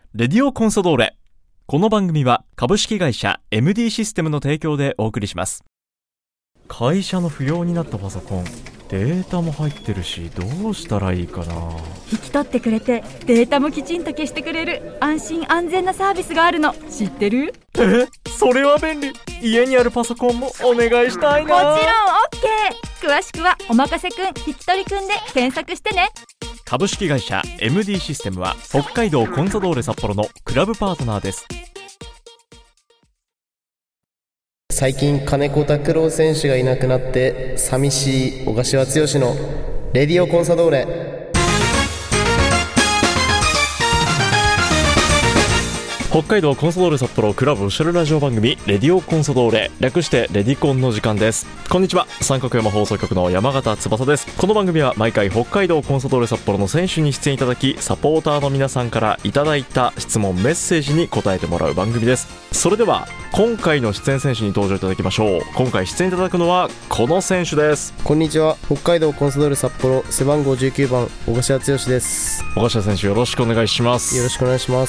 レディオコンソドーレ。この番組は株式会社 MD システムの提供でお送りします。会社の不要になったパソコン、データも入ってるし、どうしたらいいかな。 引き取ってくれてデータもきちんと消してくれる安心安全なサービスがあるの知ってる？ それは便利。家にあるパソコンもお願いしたいな。 もちろん OK。 詳しくはおまかせくん引き取りくんで検索してね。 株式会社 MD システムは北海道コンサドーレ札幌のクラブパートナーです。 最近金子拓郎選手がいなくなって寂しい小柏剛のレディオコンサドーレ。 北海道コンサドーレ札幌クラブオフィシャルラジオ番組レディオコンサドーレ、略してレディコンの時間です。こんにちは、三角山放送局の山形翼です。この番組は毎回北海道コンサドーレ札幌の選手に出演いただき、サポーターの皆さんからいただいた質問メッセージに答えてもらう番組です。それでは今回の出演選手に登場いただきましょう。今回出演いただくのはこの選手です。 こんにちは、北海道コンサドーレ札幌背番号19番小柏剛です。 小柏選手、よろしくお願いします。 よろしくお願いします。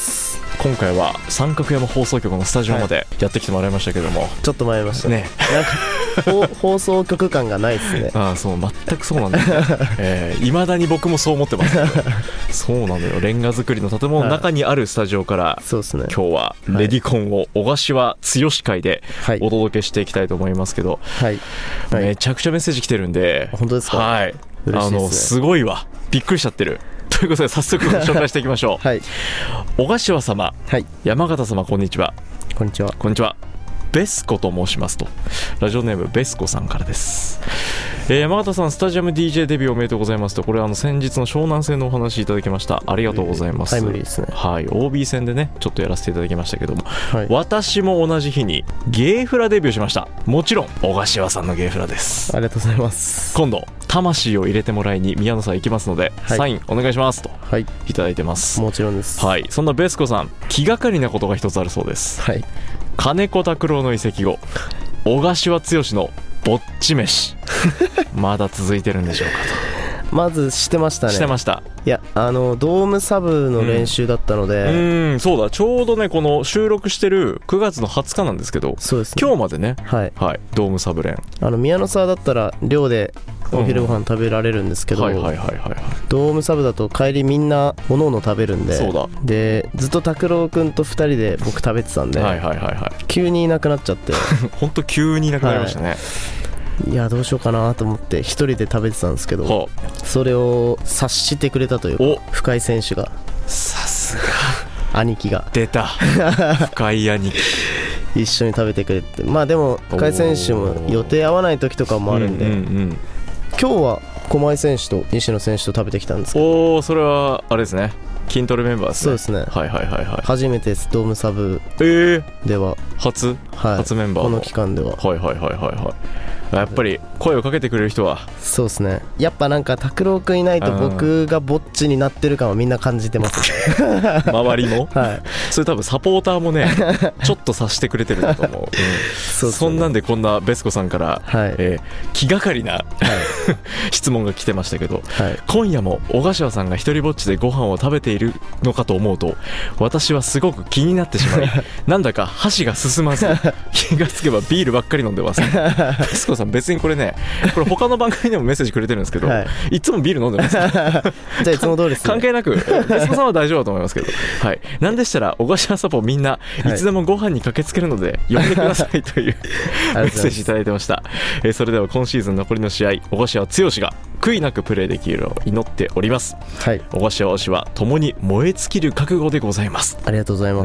今回は三角山放送局のスタジオまでやってきてもらいましたけども、 ちょっと参りましたね。なんか放送局感がないですね。 ああ、そう、全くそうなんですね。未だに僕もそう思ってますけどそうなのよ。レンガ造りの建物の中にあるスタジオから、 そうですね、 今日はレディコンを小柏剛会でお届けしていきたいと思いますけど、 はいはい、 めちゃくちゃメッセージ来てるんで。 本当ですか？ はい、 嬉しいですね。 すごいわ、びっくりしちゃってるということで早速ご紹介していきましょう。 はい、 小柏様、はい、山形様、こんにちは。 こんにちは。 こんにちは。ベスコと申しますと、ラジオネームベスコさんからです。山形さん、スタジアム DJ デビューおめでとうございますと。これ先日の湘南戦のお話いただきました。ありがとうございます。 タイムリーですね。 はい、OB 戦でねちょっとやらせていただきましたけども、 はい、 私も同じ日にゲーフラデビューしました。もちろん小柏さんのゲーフラです。 ありがとうございます。 今度魂を入れてもらいに宮野さん行きますので、はい、サインお願いしますと、はい、いただいてます。 もちろんです。 はい、そんなベスコさん、気がかりなことが一つあるそうです。 はい、 金子拓郎の移籍後、小柏剛のぼっち飯まだ続いてるんでしょうかと。まずしてましたね。 してました。 いや、ドームサブの練習だったので、 そうだ、ちょうどねこの収録してる9月の20日なんですけど、 そうですね、 今日までね、 はいはい、ドームサブ練、 宮野沢だったら寮でお昼ご飯食べられるんですけど、ドームサブだと帰りみんなおのおの食べるんで、 そうだ、 でずっと拓郎くんと2人で僕食べてたんで、急にいなくなっちゃって本当急にいなくなりましたね。 いや、どうしようかなと思って一人で食べてたんですけど、それを察してくれたというか、深井選手が、 さすが兄貴が出た深井兄貴一緒に食べてくれて、まあでも深井選手も予定合わない時とかもあるんで、今日は駒井選手と西野選手と食べてきたんですけど。 それはあれですね、筋トレメンバーですね。 そうですね、初めてです、ドームサブでは、 初メンバー、 この期間では。 やっぱり声をかけてくれる人は。そうですね、やっぱなんか拓郎くんいないと僕がぼっちになってる感はみんな感じてます周りも、 はい、 それ多分サポーターもねちょっと察してくれてるんだと思う、そんなんでこんなベスコさんから、気がかりな、質問が来てましたけど、今夜も小柏さんが一人ぼっちでご飯を食べているのかと思うと、私はすごく気になってしまいなんだか箸が進まず気がつけばビールばっかり飲んでますベスコさん、別にこれね、これ他の番組でもメッセージくれてるんですけど、いつもビール飲んでますじゃあいつも通りですね、 関係なくベスコさんは大丈夫だと思いますけど、なんでしたら小柏サポみんないつでもご飯に駆けつけるので呼んでくださいというメッセージいただいてました。それでは今シーズン残りの試合、小柏剛が悔いなくプレーできるのを祈っております。小柏推しは共に燃え尽きる覚悟でございます。 ありがとうございます、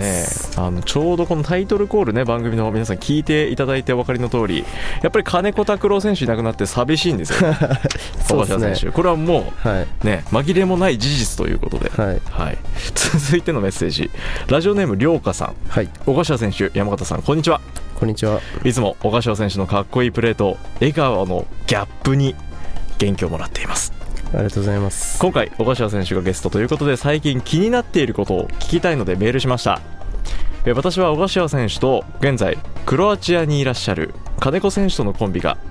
ちょうどこのタイトルコールね、番組の皆さん聞いていただいてお分かりの通り、やっぱり金子拓郎選手いなくなって寂しいんですよ小柏選手、これはもう、紛れもない事実ということで、続いてのメッセージ、ラジオネームりょうかさん、小柏選手、山形さん、こんにちは。 こんにちは。 いつも小柏選手のかっこいいプレーと笑顔のギャップに元気をもらっています。 ありがとうございます。 今回小柏選手がゲストということで、最近気になっていることを聞きたいのでメールしました。私は小柏選手と現在クロアチアにいらっしゃる金子選手とのコンビが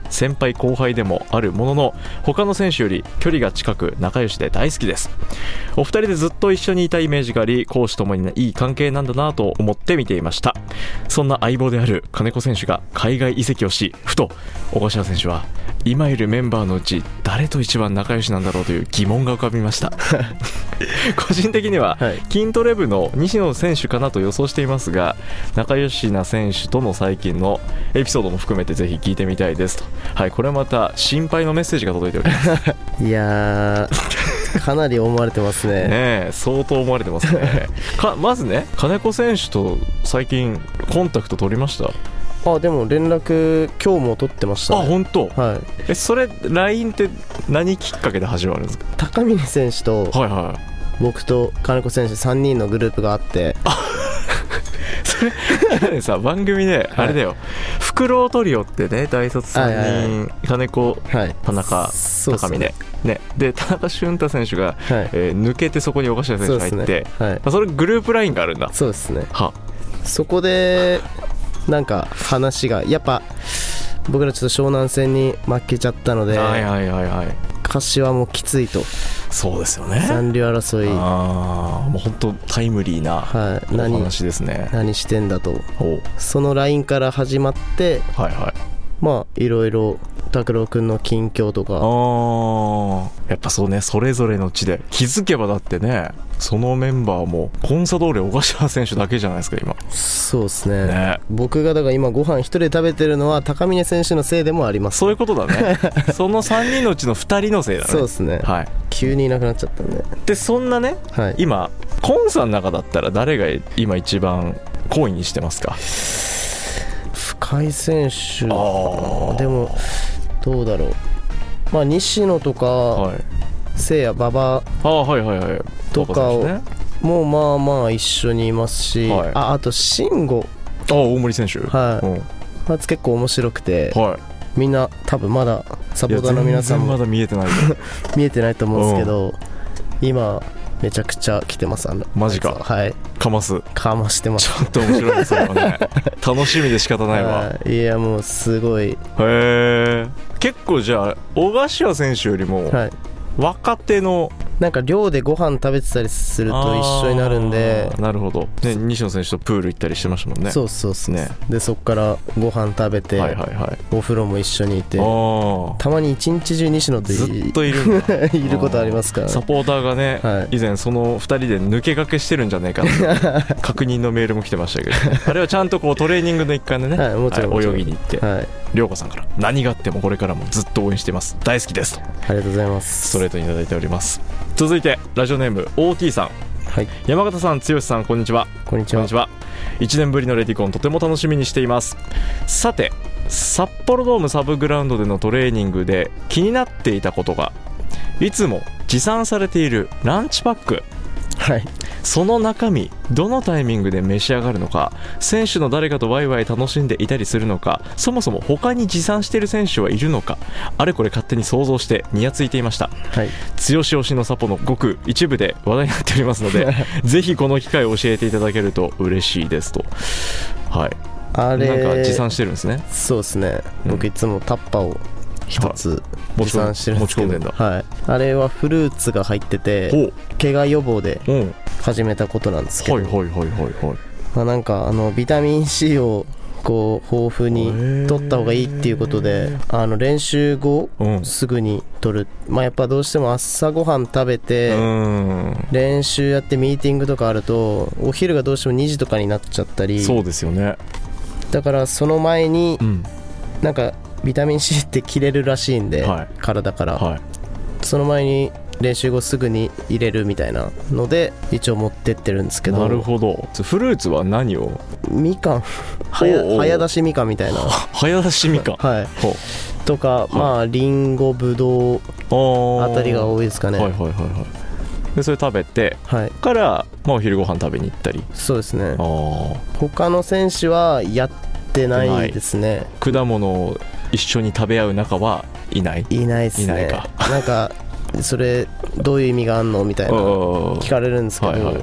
先輩後輩でもあるものの、他の選手より距離が近く仲良しで大好きです。お二人でずっと一緒にいたイメージがあり、公私ともにいい関係なんだなと思って見ていました。そんな相棒である金子選手が海外移籍をし、ふと小柏選手は今いるメンバーのうち誰と一番仲良しなんだろうという疑問が浮かびました個人的には筋トレ部の西野選手かなと予想していますが、仲良しな選手との最近のエピソードも含めてぜひ聞いてみたいですと。はい、これまた心配のメッセージが届いておりますいやーかなり思われてますねねえ、相当思われてますねまずね、金子選手と最近コンタクト取りました？ でも連絡今日も取ってましたね。 本当？ はい。 それ LINE って何きっかけで始まるんですか？ 高峰選手と、僕と金子選手3人のグループがあって、 それさ、番組であれだよ、フクロウトリオってね、大卒3人、金子、田中、高峰ね、で田中俊太選手が、抜けてそこに小柏選手が入って、それグループ LINE があるんだ。 そうですね。そこでなんか話がやっぱ僕らちょっと湘南戦に負けちゃったので、柏もきついと。 そうですよね、 残留争い、 もう本当タイムリーなお話ですね。 何してんだと。その LINE から始まって、まあいろいろ拓郎くんの近況とか、 やっぱそうね、それぞれの地で気づけばだってね、そのメンバーもコンサドーレ小柏選手だけじゃないですか今。 そうですね。僕がだから今ご飯一人で食べてるのは高峰選手のせいでもあります。 そういうことだねその3人のうちの2人のせいだね。 そうですね、急にいなくなっちゃったんで。 でそんなね、今コンさんの中だったら誰が今一番好意にしてますか？ 深井選手でもどうだろう、まあ西野とか、せいや馬場とかをもうまあまあ一緒にいますし、あと慎吾、 大森選手、 結構面白くて、みんな多分まだサポーターの皆さんもまだ見えてない見えてないと思うんですけど、今めちゃくちゃ来てます。 マジか。かましてます。ちょっと面白いですよね楽しみで仕方ないわ。 いやもうすごい。 結構じゃあ小柏選手よりも若手のなんか寮でご飯食べてたりすると一緒になるんで。 なるほど、ね、西野選手とプール行ったりしてましたもんね。 そうね。でそっからご飯食べて、お風呂も一緒にいて、たまに一日中西野とずっといるんだいることありますから、 サポーターがね、以前その2人で抜け駆けしてるんじゃないかな確認のメールも来てましたけどあれはちゃんとこうトレーニングの一環でね、 もちろん泳ぎに行って、涼子さんから何があってもこれからもずっと応援してます大好きですと、 ありがとうございます。 ストレートにいただいております。続いてラジオネーム OT さん、山形さん、剛さん、こんにちは。こんにちは。1年ぶりのレディコンとても楽しみにしています。さて札幌ドームサブグラウンドでのトレーニングで気になっていたことが、いつも持参されているランチパック、その中身どのタイミングで召し上がるのか、選手の誰かとワイワイ楽しんでいたりするのか、そもそも他に持参している選手はいるのか、あれこれ勝手に想像してニヤついていました。強し推しのサポのごく一部で話題になっておりますのでぜひこの機会を教えていただけると嬉しいですと。あれなんか持参してるんですね。 そうですね、僕いつもタッパーを一つ持参してるんですけど、あれはフルーツが入ってて怪我予防で始めたことなんですけど、なんかビタミン C をこう豊富に取った方がいいっていうことで、練習後すぐに取る、やっぱどうしても朝ごはん食べて練習やってミーティングとかあるとお昼がどうしても2時とかになっちゃったり。 そうですよね。 だからその前になんかビタミン C って切れるらしいんで、体から、その前に練習後すぐに入れるみたいなので一応持ってってるんですけど。 なるほど。フルーツは何を？ みかん、早出しみかんみたいな早出しみかんとか、リンゴ、ブドウあたりが多いですかね。 でそれ食べて、から、お昼ご飯食べに行ったり。そうですね。 他の選手はやってないですね。 果物を一緒に食べ合う仲はいないですね。なんかそれどういう意味があんのみたいな聞かれるんですけど、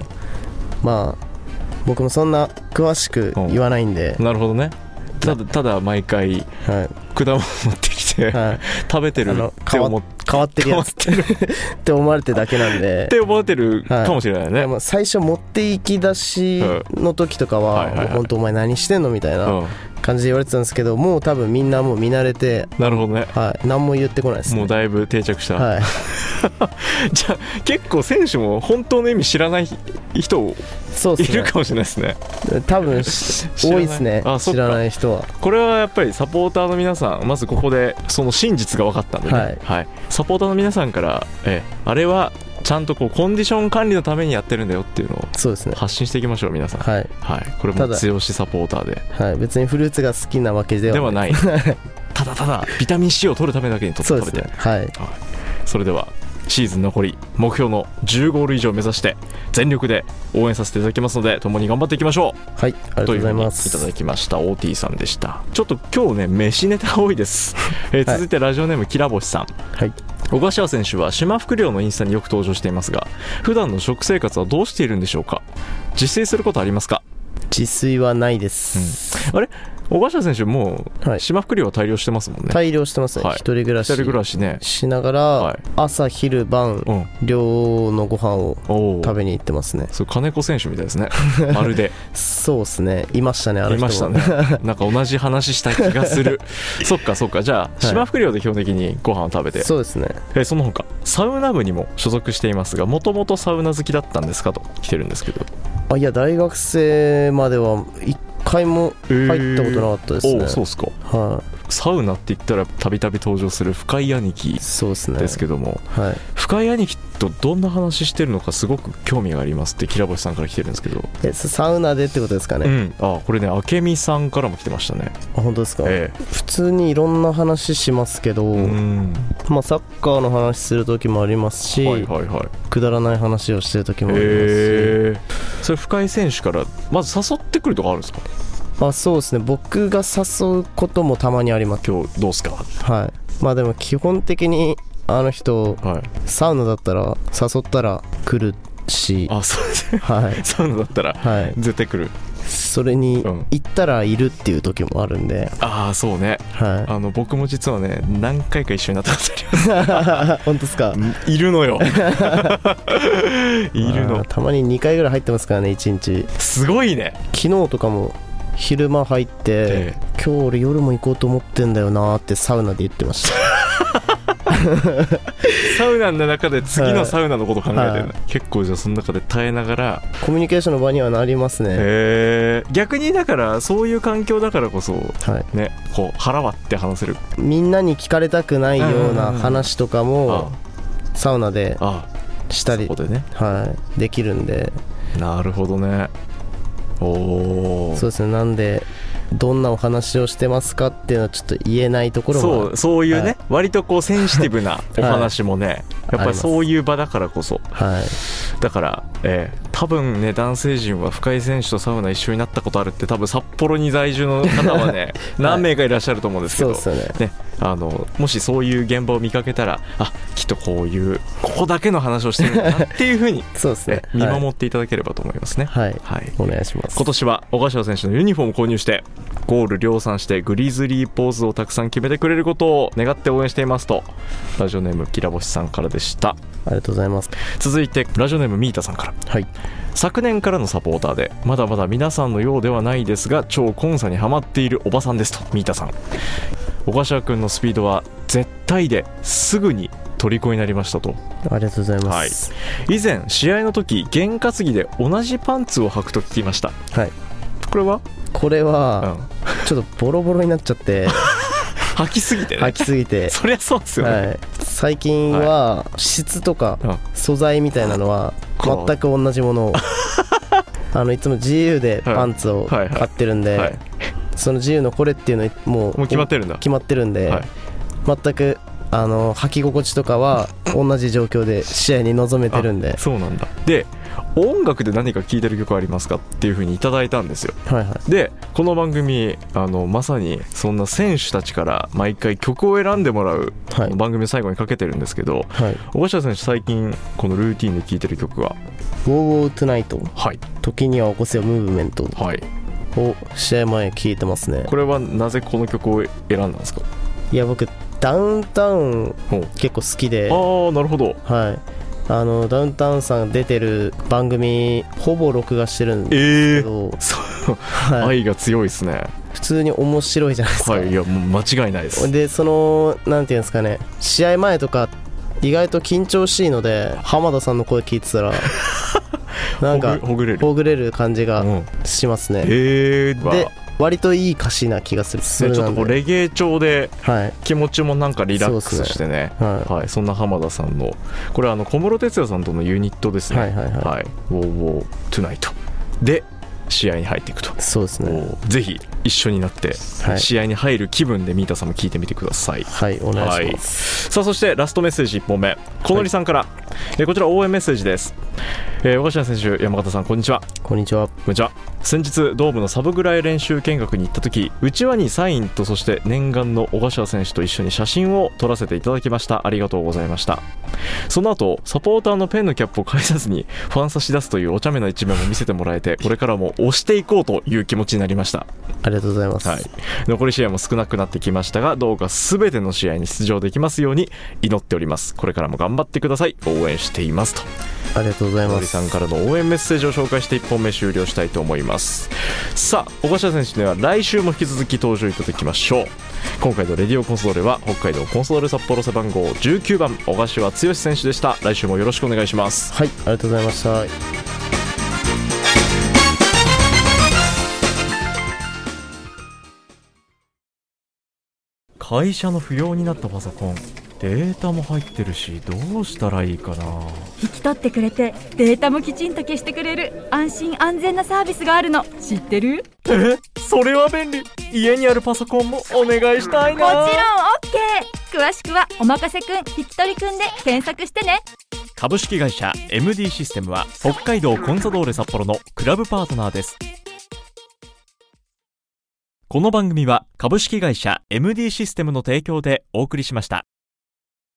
僕もそんな詳しく言わないんで。 なるほどね。ただ毎回、果物持ってきして、はい、食べてるって思って変わってるやつって思われてるだけなんでって思われてるかもしれないね、 はい、最初持っていき出しの時とかは、本当お前何してんのみたいな感じで言われてたんですけど、もう多分みんなもう見慣れて、 なるほどね、 はい、何も言ってこないですね。 もうだいぶ定着した、 はい、 じゃあ結構選手も本当の意味知らない人いるかもしれないですね。 多分多いですね、知らない人は。 これはやっぱりサポーターの皆さん、まずここでその真実が分かったんでね、はいはい、サポーターの皆さんからあれはちゃんとこうコンディション管理のためにやってるんだよっていうのを発信していきましょう皆さん。はいはい、これも強しサポーターで、 はい、別にフルーツが好きなわけではないただただビタミン C を取るためだけに食べて、 はいはい、 それではシーズン残り目標の10ゴール以上を目指して全力で応援させていただきますので、共に頑張っていきましょう。 はい、ありがとうございます。 というふうにいただきました OT さんでした。ちょっと今日ね飯ネタ多いです、続いてラジオネームきらぼしさん。はい、小柏選手は島福寮のインスタによく登場していますが、普段の食生活はどうしているんでしょうか。自炊することありますか。 自炊はないです、 あれ小柏選手もう島福寮は大量してますもんね。 大量してますね、はい、一人暮らしねしながら、はい、朝昼晩、寮のご飯を食べに行ってますね。 そう金子選手みたいですねまるでそうですね、いましたね、あの人もいましたねなんか同じ話した気がするそっかそっか、じゃあ、はい、島福寮で基本的にご飯を食べて、 そうですね、 その他サウナ部にも所属していますが、もともとサウナ好きだったんですかと来てるんですけど。 いや大学生までは1回も入ったことなかったですね。 そうですか、はい、サウナって言ったらたびたび登場する深井兄貴ですけども、はい、深井兄貴とどんな話してるのかすごく興味がありますって平星さんから来てるんですけど。 サウナでってことですかね、 これね明美さんからも来てましたね。 本当ですか、普通にいろんな話しますけど、まあ、サッカーの話する時もありますし、はいはいはい、くだらない話をしてる時もありますし、 それ深井選手からまず誘ってくるとかあるんですか。 そうですね、僕が誘うこともたまにあります。 今日どうすか。 はい、まあでも基本的にあの人、はい、サウナだったら誘ったら来るし、 そうですね、 はい、 サウナだったら絶対来る、 それに行ったらいるっていう時もあるんで、 そうね、はい、僕も実はね何回か一緒になったことあります本当ですか。 いるのよいるの、 たまに2回ぐらい入ってますからね、1日。 すごいね。 昨日とかも昼間入って、今日俺夜も行こうと思ってんだよなってサウナで言ってましたサウナの中で次のサウナのこと考えてる、はい、結構じゃあその中で耐えながらコミュニケーションの場にはなりますね。 逆にだからそういう環境だからこそ、はいね、こう腹割って話せる。 みんなに聞かれたくないような話とかもサウナでしたり、ね、はい、できるんで。 なるほどね。 そうですね、なんでどんなお話をしてますかっていうのはちょっと言えないところもそういうね、はい、割とこうセンシティブなお話もね、はい、やっぱりそういう場だからこそ、はい、だから、多分ね男性陣は深井選手とサウナ一緒になったことあるって多分札幌に在住の方はね何名かいらっしゃると思うんですけど、 そうですよね、 もしそういう現場を見かけたらきっとこういうここだけの話をしてるんだなっていう風にそうですね、 見守っていただければと思いますね。 はい、はい、お願いします。 今年は小柏選手のユニフォームを購入してゴール量産してグリズリーポーズをたくさん決めてくれることを願って応援していますとラジオネームきらぼしさんからでした。 ありがとうございます。 続いてラジオネームミータさんから、はい、昨年からのサポーターでまだまだ皆さんのようではないですが超コンサにハマっているおばさんですと。ミータさん、小柏君のスピードは絶対ですぐに虜になりましたと。 ありがとうございます、 はい、以前試合の時験担ぎで同じパンツを履くと聞きました。はい、これは、ちょっとボロボロになっちゃって履きすぎてそりゃそうですよね、はい、 最近は質とか素材みたいなのは全く同じものをいつも自由でパンツを買ってるんで、その自由のこれっていうのもう決まってるんで、はい、全く履き心地とかは同じ状況で試合に臨めてるんで。 そうなんだ。で音楽で何か聴いてる曲ありますかっていう風にいただいたんですよ、はいはい、でこの番組まさにそんな選手たちから毎回曲を選んでもらう、はい、番組の最後にかけてるんですけど、はい、小柏選手最近このルーティンで聴いてる曲はウォーウォートゥナイト、はい、時には起こせよムーブメント、はい、を試合前聴いてますね。 これはなぜこの曲を選んだんですか。 いや僕ダウンタウン結構好きで。 ああ、なるほど。 はい。ダウンタウンさん出てる番組ほぼ録画してるんですけど、 はい、愛が強いですね。 普通に面白いじゃないですか。 はい、いやもう間違いないです。 でなんていうんですかね、試合前とか意外と緊張しいので浜田さんの声聞いてたらなんかほぐれる感じがしますね。で割といい歌詞な気がする。 ちょっとこうレゲエ調で気持ちもなんかリラックスしてね、はい、そんな浜田さんのこれ小室哲哉さんとのユニットですね。はい、ウォーウォートゥナイトで試合に入っていくと。 そうですね。 ぜひ一緒になって試合に入る気分でミータさんも聞いてみてください。 はい、お願いします。 さあ、そしてラストメッセージ1本目、小則さんから、こちら応援メッセージです。小頭選手、山形さん、こんにちは。 こんにちは。 こんにちは。先日ドームのサブぐらい練習見学に行った時、うちわにサインとそして念願の小頭選手と一緒に写真を撮らせていただきました。ありがとうございました。その後サポーターのペンのキャップを返さずにファン差し出すというお茶目な一面も見せてもらえて、これからも押していこうという気持ちになりました。 ありがとうございます。 はい、残り試合も少なくなってきましたが、どうか全ての試合に出場できますように祈っております。これからも頑張ってください。応援していますと。 ありがとうございます。 森さんからの応援メッセージを紹介して1本目終了したいと思います。さあ、小頭選手には来週も引き続き登場いただきましょう。今回のレディオコンソドーレは北海道コンソドーレ札幌背番号19番小頭剛選手でした。来週もよろしくお願いします。 はい、ありがとうございました。 会社の不要になったパソコン、データも入ってるし、どうしたらいいかな。 引き取ってくれてデータもきちんと消してくれる安心安全なサービスがあるの知ってる？ それは便利。家にあるパソコンもお願いしたいな。 もちろん OK。 詳しくはおまかせくん引き取りくんで検索してね。 株式会社 MD システムは北海道コンサドーレ札幌のクラブパートナーです。この番組は株式会社 MD システムの提供でお送りしました。